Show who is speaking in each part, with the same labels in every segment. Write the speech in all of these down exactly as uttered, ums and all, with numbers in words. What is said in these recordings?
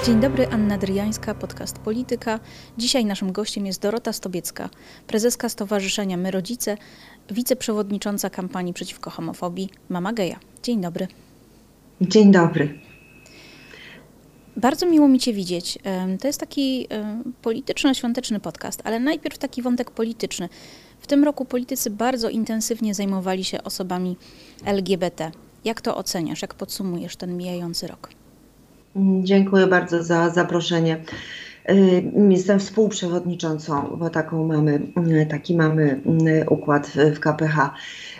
Speaker 1: Dzień dobry, Anna Dryjańska, podcast Polityka. Dzisiaj naszym gościem jest Dorota Stobiecka, prezeska Stowarzyszenia My Rodzice, wiceprzewodnicząca kampanii przeciwko homofobii Mama Geja. Dzień dobry.
Speaker 2: Dzień dobry.
Speaker 1: Bardzo miło mi Cię widzieć. To jest taki polityczno-świąteczny podcast, ale najpierw taki wątek polityczny. W tym roku politycy bardzo intensywnie zajmowali się osobami L G B T. Jak to oceniasz? Jak podsumujesz ten mijający rok?
Speaker 2: Dziękuję bardzo za zaproszenie. Jestem współprzewodniczącą, bo taką mamy, taki mamy układ w K P H.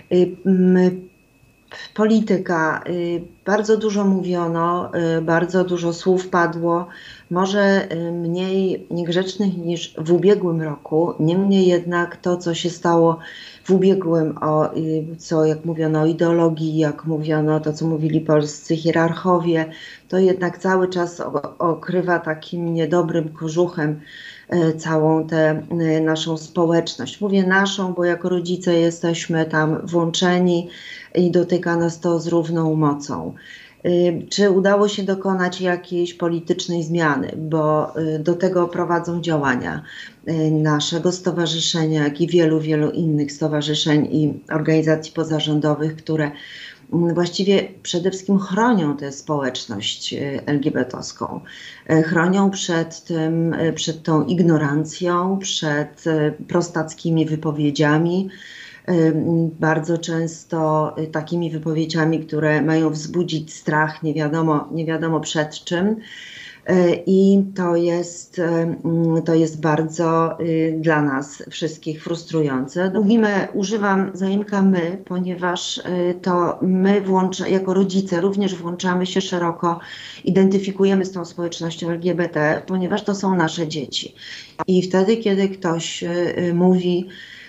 Speaker 2: Polityka. Bardzo dużo mówiono, bardzo dużo słów padło, może mniej niegrzecznych niż w ubiegłym roku. Niemniej jednak to, co się stało w ubiegłym, o, co jak mówiono o ideologii, jak mówiono to, co mówili polscy hierarchowie, to jednak cały czas okrywa takim niedobrym kożuchem całą tę naszą społeczność. Mówię naszą, bo jako rodzice jesteśmy tam włączeni i dotyka nas to z równą mocą. Czy udało się dokonać jakiejś politycznej zmiany, bo do tego prowadzą działania naszego stowarzyszenia, jak i wielu, wielu innych stowarzyszeń i organizacji pozarządowych, które właściwie przede wszystkim chronią tę społeczność L G B T owską. Chronią przed tym, przed tą ignorancją, przed prostackimi wypowiedziami, bardzo często takimi wypowiedziami, które mają wzbudzić strach, nie wiadomo, nie wiadomo przed czym. I to jest, to jest bardzo dla nas wszystkich frustrujące. Mówimy, używam zaimka my, ponieważ to my włącza, jako rodzice również włączamy się szeroko, identyfikujemy z tą społecznością L G B T, ponieważ to są nasze dzieci. I wtedy, kiedy ktoś mówi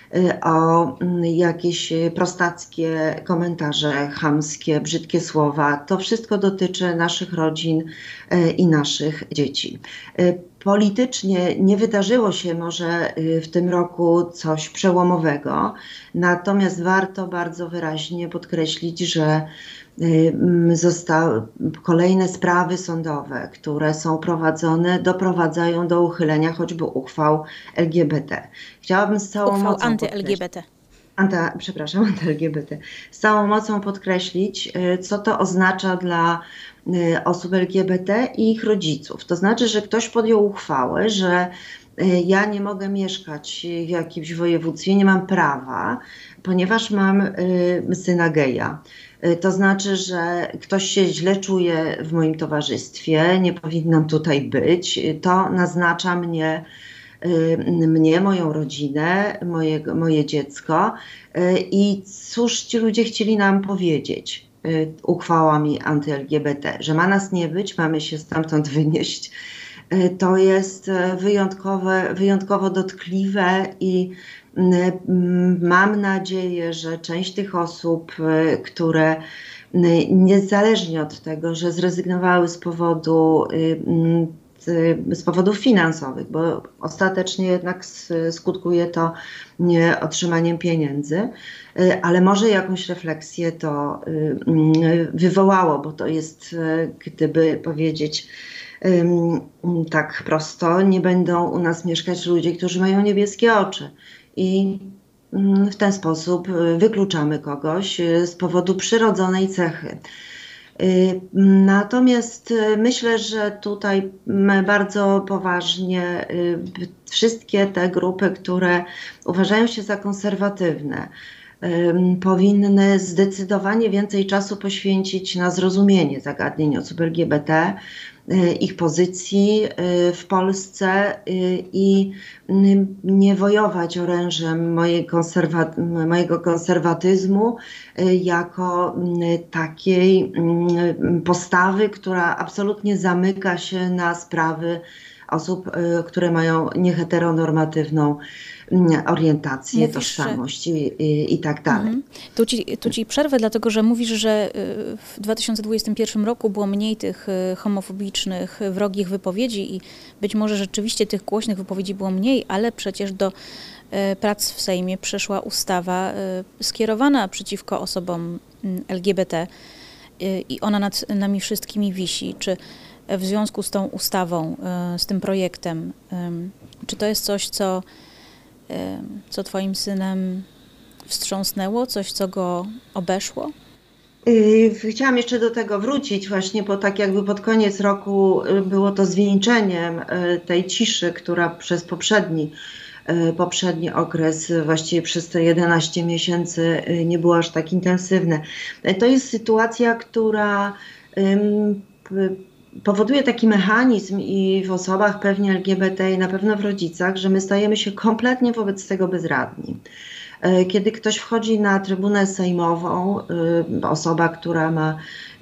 Speaker 2: o jakieś prostackie komentarze, chamskie, brzydkie słowa. To wszystko dotyczy naszych rodzin i naszych dzieci. Politycznie nie wydarzyło się może w tym roku coś przełomowego, natomiast warto bardzo wyraźnie podkreślić, że zostały kolejne sprawy sądowe, które są prowadzone, doprowadzają do uchylenia choćby uchwał L G B T. Chciałabym z całą
Speaker 1: uchwał
Speaker 2: mocą
Speaker 1: anty-L G B T.
Speaker 2: Anta, przepraszam, anty-L G B T. Z całą mocą podkreślić, co to oznacza dla osób L G B T i ich rodziców. To znaczy, że ktoś podjął uchwałę, że ja nie mogę mieszkać w jakimś województwie, nie mam prawa, ponieważ mam syna geja. To znaczy, że ktoś się źle czuje w moim towarzystwie, nie powinnam tutaj być. To naznacza mnie, mnie, moją rodzinę, moje, moje dziecko. I cóż ci ludzie chcieli nam powiedzieć uchwałami anty-L G B T? Że ma nas nie być, mamy się stamtąd wynieść. To jest wyjątkowe, wyjątkowo dotkliwe i mam nadzieję, że część tych osób, które niezależnie od tego, że zrezygnowały z powodu z powodów finansowych, bo ostatecznie jednak skutkuje to otrzymaniem pieniędzy, ale może jakąś refleksję to wywołało, bo to jest, gdyby powiedzieć tak prosto, nie będą u nas mieszkać ludzie, którzy mają niebieskie oczy. I w ten sposób wykluczamy kogoś z powodu przyrodzonej cechy. Natomiast myślę, że tutaj bardzo poważnie wszystkie te grupy, które uważają się za konserwatywne, powinny zdecydowanie więcej czasu poświęcić na zrozumienie zagadnień osób L G B T, ich pozycji w Polsce i nie wojować orężem mojej konserwa- mojego konserwatyzmu jako takiej postawy, która absolutnie zamyka się na sprawy osób, które mają nieheteronormatywną orientację, mówisz, tożsamość i, i, i tak dalej. Mhm.
Speaker 1: Tu ci, tu ci przerwę, dlatego że mówisz, że w dwa tysiące dwudziestym pierwszym roku było mniej tych homofobicznych, wrogich wypowiedzi i być może rzeczywiście tych głośnych wypowiedzi było mniej, ale przecież do prac w Sejmie przeszła ustawa skierowana przeciwko osobom L G B T i ona nad nami wszystkimi wisi. Czy w związku z tą ustawą, z tym projektem. Czy to jest coś, co, co twoim synem wstrząsnęło, coś, co go obeszło?
Speaker 2: Chciałam jeszcze do tego wrócić właśnie, bo tak jakby pod koniec roku było to zwieńczeniem tej ciszy, która przez poprzedni, poprzedni okres, właściwie przez te jedenaście miesięcy nie była aż tak intensywna. To jest sytuacja, która powoduje taki mechanizm i w osobach pewnie L G B T i na pewno w rodzicach, że my stajemy się kompletnie wobec tego bezradni. Kiedy ktoś wchodzi na trybunę sejmową, osoba, która ma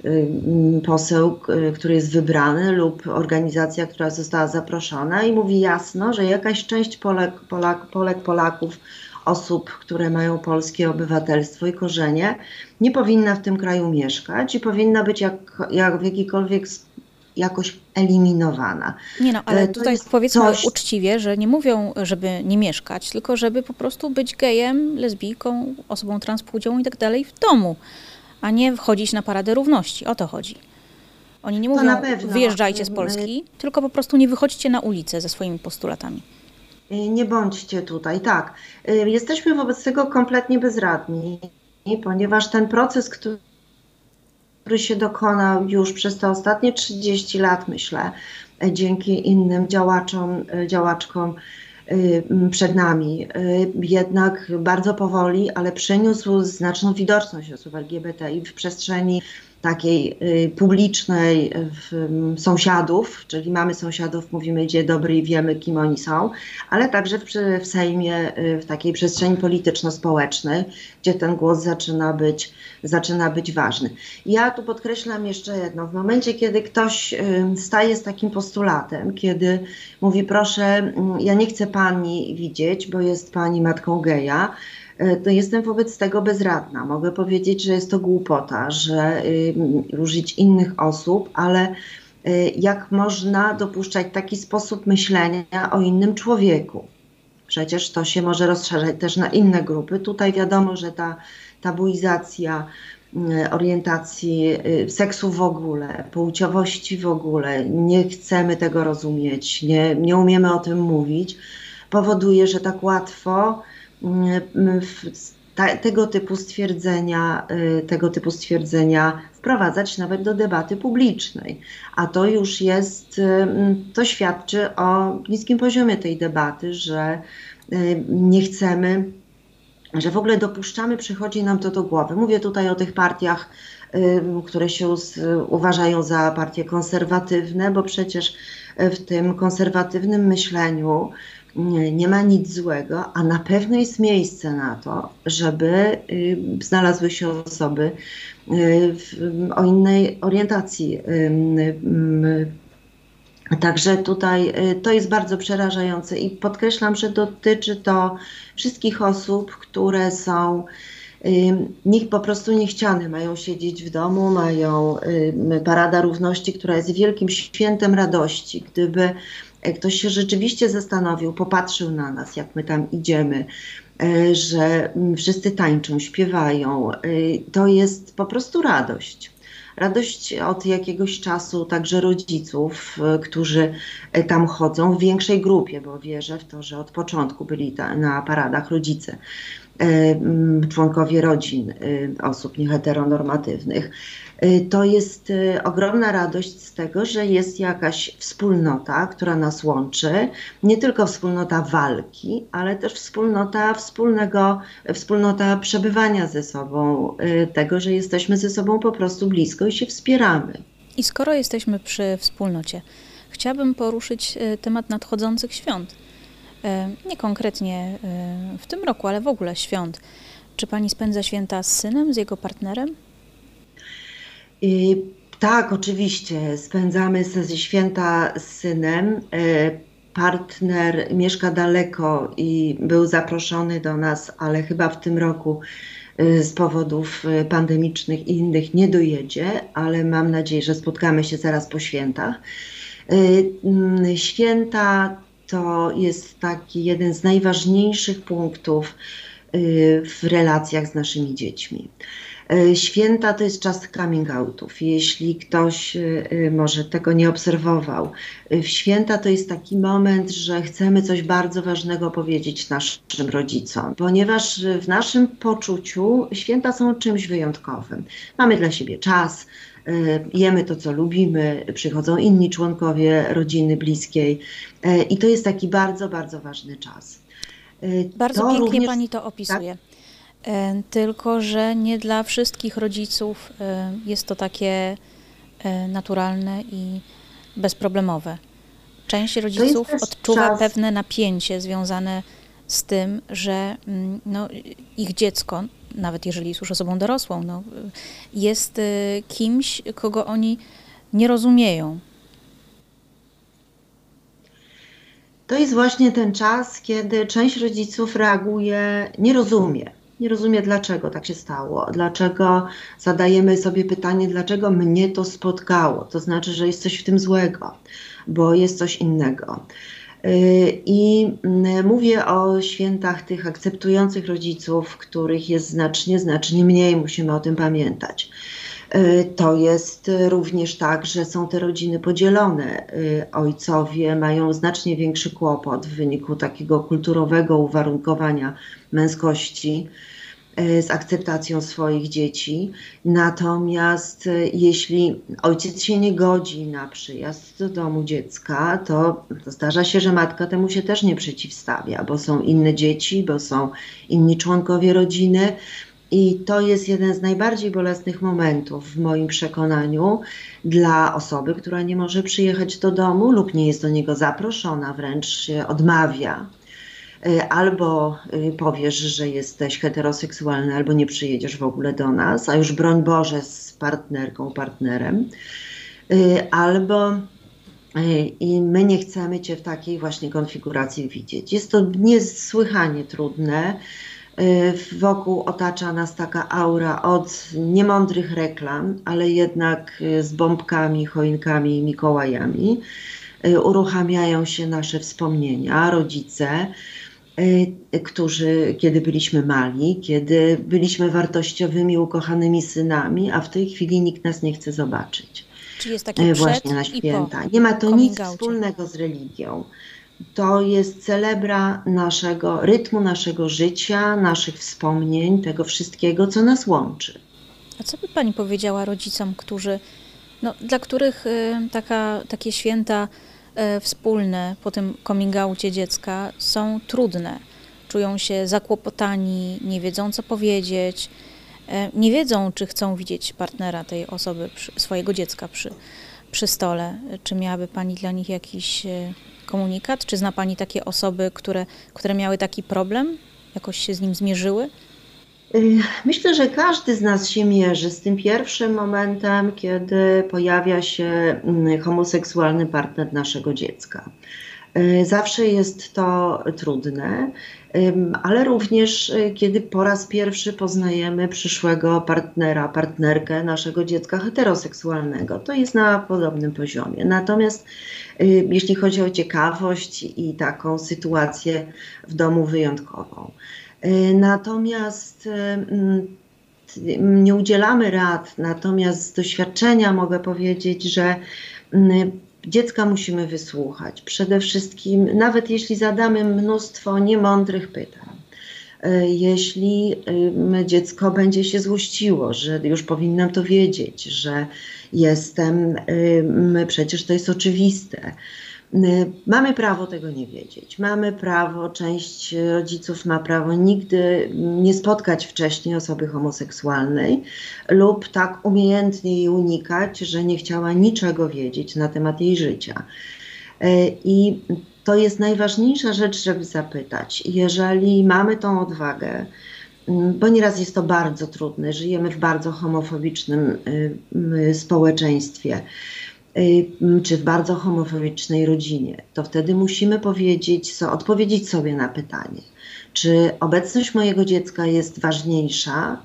Speaker 2: poseł, który jest wybrany lub organizacja, która została zaproszona i mówi jasno, że jakaś część Polek, Polak, Polek Polaków, osób, które mają polskie obywatelstwo i korzenie, nie powinna w tym kraju mieszkać i powinna być jak, jak w jakikolwiek jakoś eliminowana.
Speaker 1: Nie no, ale
Speaker 2: to
Speaker 1: tutaj powiedzmy
Speaker 2: coś...
Speaker 1: uczciwie, że nie mówią, żeby nie mieszkać, tylko żeby po prostu być gejem, lesbijką, osobą transpłciową i tak dalej w domu, a nie wchodzić na Paradę Równości. O to chodzi. Oni nie mówią, wyjeżdżajcie z Polski, tylko po prostu nie wychodźcie na ulicę ze swoimi postulatami.
Speaker 2: Nie bądźcie tutaj, tak. Jesteśmy wobec tego kompletnie bezradni, ponieważ ten proces, który który się dokonał już przez te ostatnie trzydzieści lat, myślę, dzięki innym działaczom, działaczkom przed nami. Jednak bardzo powoli, ale przyniósł znaczną widoczność osób L G B T i w przestrzeni takiej publicznej w, sąsiadów, czyli mamy sąsiadów, mówimy dzień dobry i wiemy, kim oni są, ale także w, w Sejmie, w takiej przestrzeni polityczno-społecznej, gdzie ten głos zaczyna być, zaczyna być ważny. Ja tu podkreślam jeszcze jedno. W momencie, kiedy ktoś staje z takim postulatem, kiedy mówi, proszę, ja nie chcę pani widzieć, bo jest pani matką geja, to jestem wobec tego bezradna. Mogę powiedzieć, że jest to głupota, że y, użyć innych osób, ale y, jak można dopuszczać taki sposób myślenia o innym człowieku? Przecież to się może rozszerzać też na inne grupy. Tutaj wiadomo, że ta tabuizacja y, orientacji, y, seksu w ogóle, płciowości w ogóle, nie chcemy tego rozumieć, nie, nie umiemy o tym mówić, powoduje, że tak łatwo Ta, tego typu stwierdzenia, tego typu stwierdzenia wprowadzać nawet do debaty publicznej. A to już jest, to świadczy o niskim poziomie tej debaty, że nie chcemy, że w ogóle dopuszczamy, przychodzi nam to do głowy. Mówię tutaj o tych partiach, które się uważają za partie konserwatywne, bo przecież w tym konserwatywnym myśleniu Nie, nie ma nic złego, a na pewno jest miejsce na to, żeby y, znalazły się osoby y, w, o innej orientacji. Y, y, także tutaj y, to jest bardzo przerażające i podkreślam, że dotyczy to wszystkich osób, które są y, niech po prostu niechciane, mają siedzieć w domu, mają y, Parada Równości, która jest wielkim świętem radości. Gdyby ktoś się rzeczywiście zastanowił, popatrzył na nas, jak my tam idziemy, że wszyscy tańczą, śpiewają. To jest po prostu radość. Radość od jakiegoś czasu także rodziców, którzy tam chodzą w większej grupie, bo wierzę w to, że od początku byli ta, na paradach rodzice, członkowie rodzin osób nieheteronormatywnych. To jest ogromna radość z tego, że jest jakaś wspólnota, która nas łączy. Nie tylko wspólnota walki, ale też wspólnota wspólnego, wspólnota przebywania ze sobą, tego, że jesteśmy ze sobą po prostu blisko i się wspieramy.
Speaker 1: I skoro jesteśmy przy wspólnocie, chciałabym poruszyć temat nadchodzących świąt. Nie konkretnie w tym roku, ale w ogóle świąt. Czy pani spędza święta z synem, z jego partnerem?
Speaker 2: I tak, oczywiście. Spędzamy ze święta z synem. Partner mieszka daleko i był zaproszony do nas, ale chyba w tym roku z powodów pandemicznych i innych nie dojedzie, ale mam nadzieję, że spotkamy się zaraz po świętach. Święta to jest taki jeden z najważniejszych punktów w relacjach z naszymi dziećmi. Święta to jest czas coming outów. Jeśli ktoś może tego nie obserwował, w święta to jest taki moment, że chcemy coś bardzo ważnego powiedzieć naszym rodzicom, ponieważ w naszym poczuciu święta są czymś wyjątkowym. Mamy dla siebie czas, jemy to, co lubimy, przychodzą inni członkowie rodziny bliskiej i to jest taki bardzo, bardzo ważny czas.
Speaker 1: Bardzo
Speaker 2: to
Speaker 1: pięknie
Speaker 2: również,
Speaker 1: pani to opisuje.
Speaker 2: Tak?
Speaker 1: Tylko że nie dla wszystkich rodziców jest to takie naturalne i bezproblemowe. Część rodziców odczuwa
Speaker 2: czas...
Speaker 1: pewne napięcie związane z tym, że no, ich dziecko, nawet jeżeli jest już osobą dorosłą, no, jest kimś, kogo oni nie rozumieją.
Speaker 2: To jest właśnie ten czas, kiedy część rodziców reaguje, nie rozumie. Nie rozumie, dlaczego tak się stało, dlaczego zadajemy sobie pytanie, dlaczego mnie to spotkało. To znaczy, że jest coś w tym złego, bo jest coś innego. I mówię o świętach tych akceptujących rodziców, których jest znacznie, znacznie mniej, musimy o tym pamiętać. To jest również tak, że są te rodziny podzielone. Ojcowie mają znacznie większy kłopot w wyniku takiego kulturowego uwarunkowania męskości z akceptacją swoich dzieci. Natomiast jeśli ojciec się nie godzi na przyjazd do domu dziecka, to zdarza się, że matka temu się też nie przeciwstawia, bo są inne dzieci, bo są inni członkowie rodziny. I to jest jeden z najbardziej bolesnych momentów w moim przekonaniu dla osoby, która nie może przyjechać do domu lub nie jest do niego zaproszona, wręcz się odmawia. Albo powiesz, że jesteś heteroseksualny, albo nie przyjedziesz w ogóle do nas, a już broń Boże z partnerką, partnerem. Albo i my nie chcemy Cię w takiej właśnie konfiguracji widzieć. Jest to niesłychanie trudne. Wokół otacza nas taka aura od niemądrych reklam, ale jednak z bombkami, choinkami i Mikołajami. Uruchamiają się nasze wspomnienia, rodzice, którzy, kiedy byliśmy mali, kiedy byliśmy wartościowymi, ukochanymi synami, a w tej chwili nikt nas nie chce zobaczyć.
Speaker 1: Czyli jest taki
Speaker 2: właśnie na święta. Nie ma to nic wspólnego z religią. To jest celebra naszego rytmu, naszego życia, naszych wspomnień, tego wszystkiego, co nas łączy.
Speaker 1: A co by pani powiedziała rodzicom, którzy, no, dla których y, taka, takie święta y, wspólne po tym coming outie dziecka są trudne? Czują się zakłopotani, nie wiedzą, co powiedzieć, y, nie wiedzą, czy chcą widzieć partnera tej osoby, przy, swojego dziecka przy, przy stole. Czy miałaby pani dla nich jakiś... Y, komunikat? Czy zna pani takie osoby, które, które miały taki problem? Jakoś się z nim zmierzyły?
Speaker 2: Myślę, że każdy z nas się mierzy z tym pierwszym momentem, kiedy pojawia się homoseksualny partner naszego dziecka. Zawsze jest to trudne, ale również kiedy po raz pierwszy poznajemy przyszłego partnera, partnerkę naszego dziecka heteroseksualnego. To jest na podobnym poziomie. Natomiast jeśli chodzi o ciekawość i taką sytuację w domu wyjątkową. Natomiast nie udzielamy rad, natomiast z doświadczenia mogę powiedzieć, że dziecka musimy wysłuchać. Przede wszystkim, nawet jeśli zadamy mnóstwo niemądrych pytań, jeśli dziecko będzie się złościło, że już powinnam to wiedzieć, że jestem, przecież to jest oczywiste. Mamy prawo tego nie wiedzieć. Mamy prawo, część rodziców ma prawo nigdy nie spotkać wcześniej osoby homoseksualnej lub tak umiejętnie jej unikać, że nie chciała niczego wiedzieć na temat jej życia. I to jest najważniejsza rzecz, żeby zapytać. Jeżeli mamy tą odwagę, bo nieraz jest to bardzo trudne, żyjemy w bardzo homofobicznym społeczeństwie, czy w bardzo homofobicznej rodzinie, to wtedy musimy powiedzieć, so, odpowiedzieć sobie na pytanie, czy obecność mojego dziecka jest ważniejsza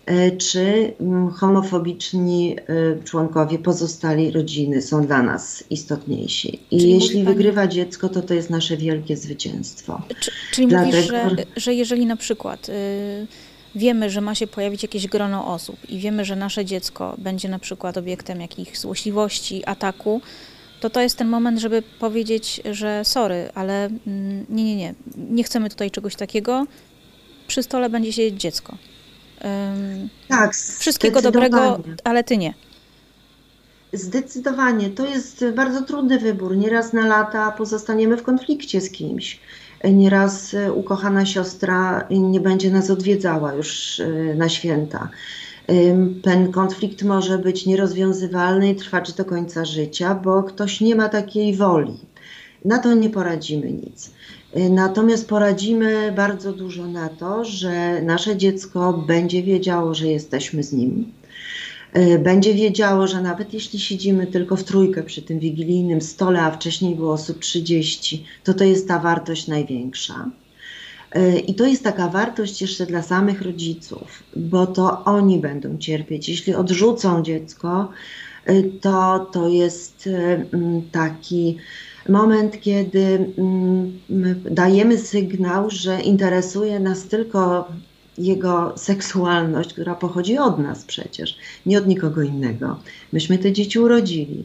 Speaker 2: czy homofobiczni członkowie pozostali rodziny są dla nas istotniejsi. I
Speaker 1: Czyli
Speaker 2: jeśli
Speaker 1: pani...
Speaker 2: wygrywa dziecko, to to jest nasze wielkie zwycięstwo.
Speaker 1: Czy, czyli
Speaker 2: Dlatego...
Speaker 1: mówisz, że, że jeżeli na przykład y, wiemy, że ma się pojawić jakieś grono osób i wiemy, że nasze dziecko będzie na przykład obiektem jakichś złośliwości, ataku, to to jest ten moment, żeby powiedzieć, że sorry, ale mm, nie, nie, nie, nie chcemy tutaj czegoś takiego, przy stole będzie siedzieć dziecko. Ym,
Speaker 2: tak,
Speaker 1: wszystkiego dobrego, ale ty nie.
Speaker 2: Zdecydowanie. To jest bardzo trudny wybór. Nieraz na lata pozostaniemy w konflikcie z kimś. Nieraz ukochana siostra nie będzie nas odwiedzała już na święta. Ten konflikt może być nierozwiązywalny i trwać do końca życia, bo ktoś nie ma takiej woli. Na to nie poradzimy nic. Natomiast poradzimy bardzo dużo na to, że nasze dziecko będzie wiedziało, że jesteśmy z nim. Będzie wiedziało, że nawet jeśli siedzimy tylko w trójkę przy tym wigilijnym stole, a wcześniej było osób trzydzieści, to to jest ta wartość największa. I to jest taka wartość jeszcze dla samych rodziców, bo to oni będą cierpieć. Jeśli odrzucą dziecko, to to jest taki moment, kiedy dajemy sygnał, że interesuje nas tylko jego seksualność, która pochodzi od nas przecież, nie od nikogo innego. Myśmy te dzieci urodzili.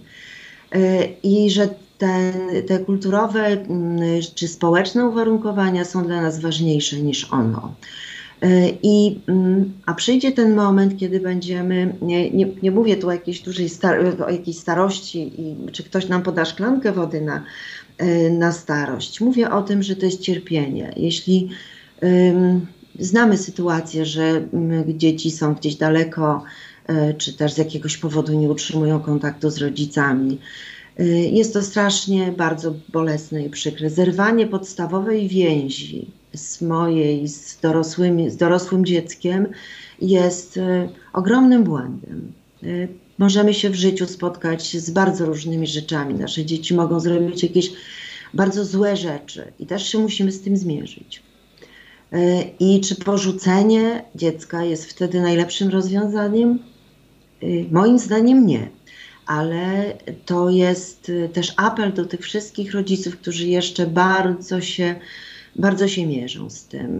Speaker 2: I że te, te kulturowe czy społeczne uwarunkowania są dla nas ważniejsze niż ono. I, a przyjdzie ten moment, kiedy będziemy, nie, nie, nie mówię tu o jakiejś dużej star o jakiejś starości, i, czy ktoś nam poda szklankę wody na, na starość. Mówię o tym, że to jest cierpienie. Jeśli um, znamy sytuację, że dzieci są gdzieś daleko, czy też z jakiegoś powodu nie utrzymują kontaktu z rodzicami. Jest to strasznie bardzo bolesne i przykre. Zerwanie podstawowej więzi z mojej, z, dorosłymi, z dorosłym dzieckiem jest ogromnym błędem. Możemy się w życiu spotkać z bardzo różnymi rzeczami. Nasze dzieci mogą zrobić jakieś bardzo złe rzeczy i też się musimy z tym zmierzyć. I czy porzucenie dziecka jest wtedy najlepszym rozwiązaniem? Moim zdaniem nie. Ale to jest też apel do tych wszystkich rodziców, którzy jeszcze bardzo się, bardzo się mierzą z tym.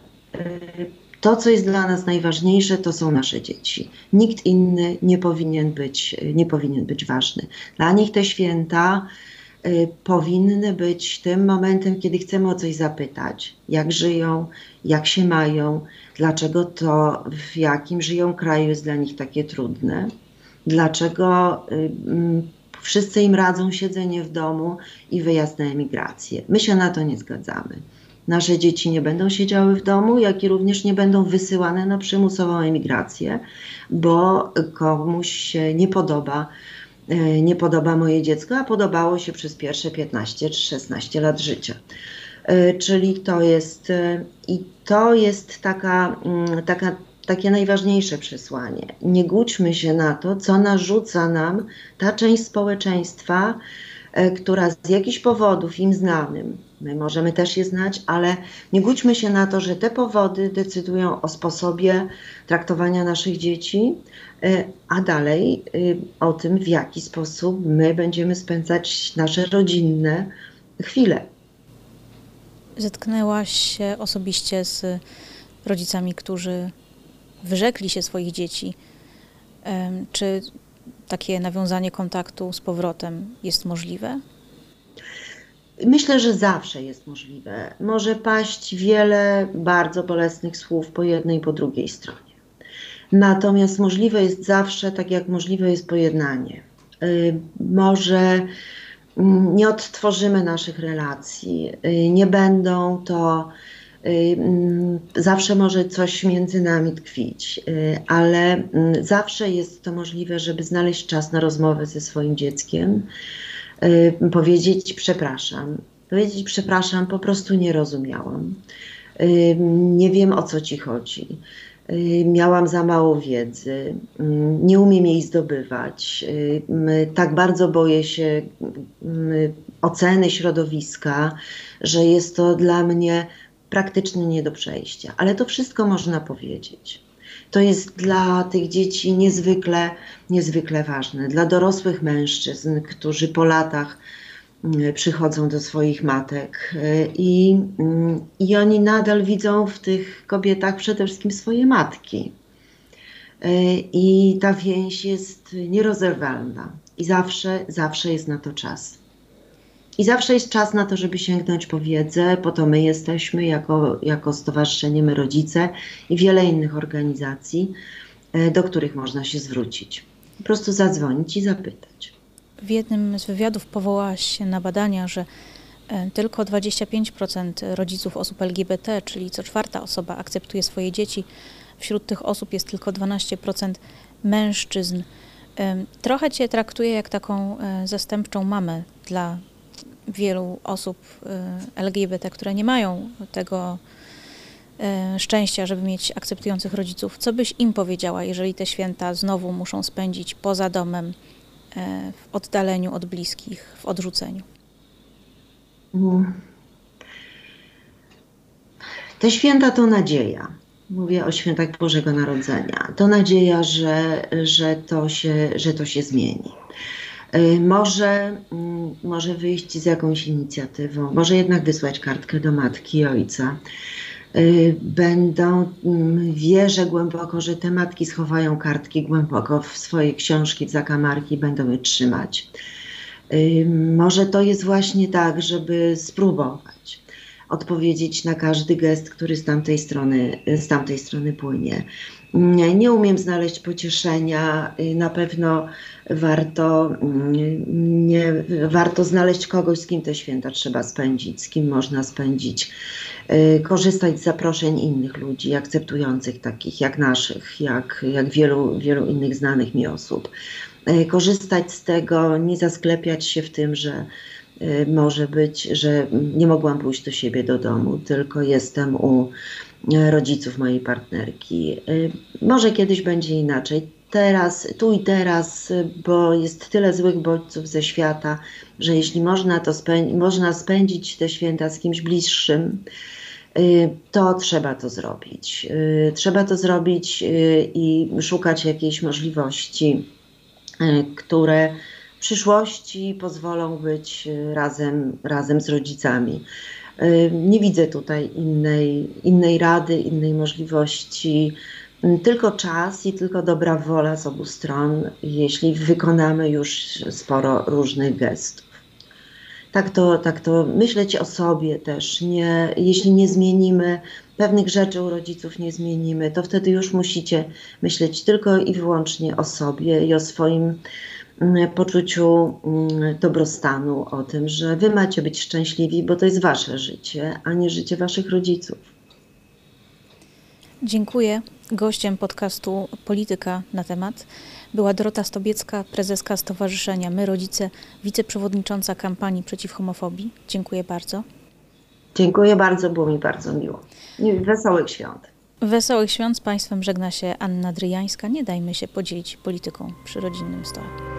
Speaker 2: To, co jest dla nas najważniejsze, to są nasze dzieci. Nikt inny nie powinien być, nie powinien być ważny. Dla nich te święta y, powinny być tym momentem, kiedy chcemy o coś zapytać. Jak żyją, jak się mają, dlaczego to, w jakim żyją kraju jest dla nich takie trudne. Dlaczego y, y, wszyscy im radzą siedzenie w domu i wyjazd na emigrację. My się na to nie zgadzamy. Nasze dzieci nie będą siedziały w domu, jak i również nie będą wysyłane na przymusową emigrację, bo komuś się nie podoba, y, nie podoba moje dziecko, a podobało się przez pierwsze piętnaście czy szesnaście lat życia. Y, czyli to jest, y, i to jest taka, y, taka takie najważniejsze przesłanie. Nie głódźmy się na to, co narzuca nam ta część społeczeństwa, e, która z jakichś powodów im znanym, my możemy też je znać, ale nie głódźmy się na to, że te powody decydują o sposobie traktowania naszych dzieci, e, a dalej e, o tym, w jaki sposób my będziemy spędzać nasze rodzinne chwile.
Speaker 1: Zetknęłaś się osobiście z rodzicami, którzy wyrzekli się swoich dzieci. Czy takie nawiązanie kontaktu z powrotem jest możliwe?
Speaker 2: Myślę, że zawsze jest możliwe. Może paść wiele bardzo bolesnych słów po jednej i po drugiej stronie. Natomiast możliwe jest zawsze, tak jak możliwe jest pojednanie. Może nie odtworzymy naszych relacji, nie będą to zawsze może coś między nami tkwić, ale zawsze jest to możliwe, żeby znaleźć czas na rozmowę ze swoim dzieckiem, powiedzieć przepraszam, powiedzieć przepraszam, po prostu nie rozumiałam, nie wiem, o co ci chodzi, miałam za mało wiedzy, nie umiem jej zdobywać, tak bardzo boję się oceny środowiska, że jest to dla mnie praktycznie nie do przejścia, ale to wszystko można powiedzieć. To jest dla tych dzieci niezwykle, niezwykle ważne. Dla dorosłych mężczyzn, którzy po latach przychodzą do swoich matek i, i oni nadal widzą w tych kobietach przede wszystkim swoje matki. I ta więź jest nierozerwalna i zawsze, zawsze jest na to czas. I zawsze jest czas na to, żeby sięgnąć po wiedzę, po to my jesteśmy jako, jako stowarzyszenie My Rodzice i wiele innych organizacji, do których można się zwrócić. Po prostu zadzwonić i zapytać.
Speaker 1: W jednym z wywiadów powołałaś się na badania, że tylko dwadzieścia pięć procent rodziców osób L G B T, czyli co czwarta osoba, akceptuje swoje dzieci. Wśród tych osób jest tylko dwanaście procent mężczyzn. Trochę Cię traktuję jak taką zastępczą mamę dla wielu osób L G B T, które nie mają tego szczęścia, żeby mieć akceptujących rodziców. Co byś im powiedziała, jeżeli te święta znowu muszą spędzić poza domem, w oddaleniu od bliskich, w odrzuceniu?
Speaker 2: Te święta to nadzieja. Mówię o świętach Bożego Narodzenia. To nadzieja, że, że, to, się, że to się zmieni. Może, może wyjść z jakąś inicjatywą, może jednak wysłać kartkę do matki i ojca. Będą, wierzę głęboko, że te matki schowają kartki głęboko w swoje książki, w zakamarki i będą je trzymać. Może to jest właśnie tak, żeby spróbować odpowiedzieć na każdy gest, który z tamtej strony, z tamtej strony płynie. Nie, nie umiem znaleźć pocieszenia, na pewno warto, nie, warto znaleźć kogoś, z kim te święta trzeba spędzić, z kim można spędzić, korzystać z zaproszeń innych ludzi, akceptujących takich jak naszych, jak, jak wielu, wielu innych znanych mi osób. Korzystać z tego, nie zasklepiać się w tym, że może być, że nie mogłam pójść do siebie do domu, tylko jestem u rodziców mojej partnerki. Może kiedyś będzie inaczej. Teraz, tu i teraz, bo jest tyle złych bodźców ze świata, że jeśli można, to spę- można spędzić te święta z kimś bliższym, to trzeba to zrobić. Trzeba to zrobić i szukać jakiejś możliwości, które w przyszłości pozwolą być razem, razem z rodzicami. Nie widzę tutaj innej, innej rady, innej możliwości. Tylko czas i tylko dobra wola z obu stron, jeśli wykonamy już sporo różnych gestów. Tak to, tak to myśleć o sobie też. Nie, jeśli nie zmienimy pewnych rzeczy u rodziców, nie zmienimy, to wtedy już musicie myśleć tylko i wyłącznie o sobie i o swoim poczuciu dobrostanu, o tym, że wy macie być szczęśliwi, bo to jest wasze życie, a nie życie waszych rodziców.
Speaker 1: Dziękuję. Gościem podcastu Polityka na temat była Dorota Stobiecka, prezeska Stowarzyszenia My Rodzice, wiceprzewodnicząca kampanii przeciw homofobii. Dziękuję bardzo.
Speaker 2: Dziękuję bardzo, było mi bardzo miło. Wesołych świąt.
Speaker 1: Wesołych świąt. Z Państwem żegna się Anna Dryjańska. Nie dajmy się podzielić polityką przy rodzinnym stole.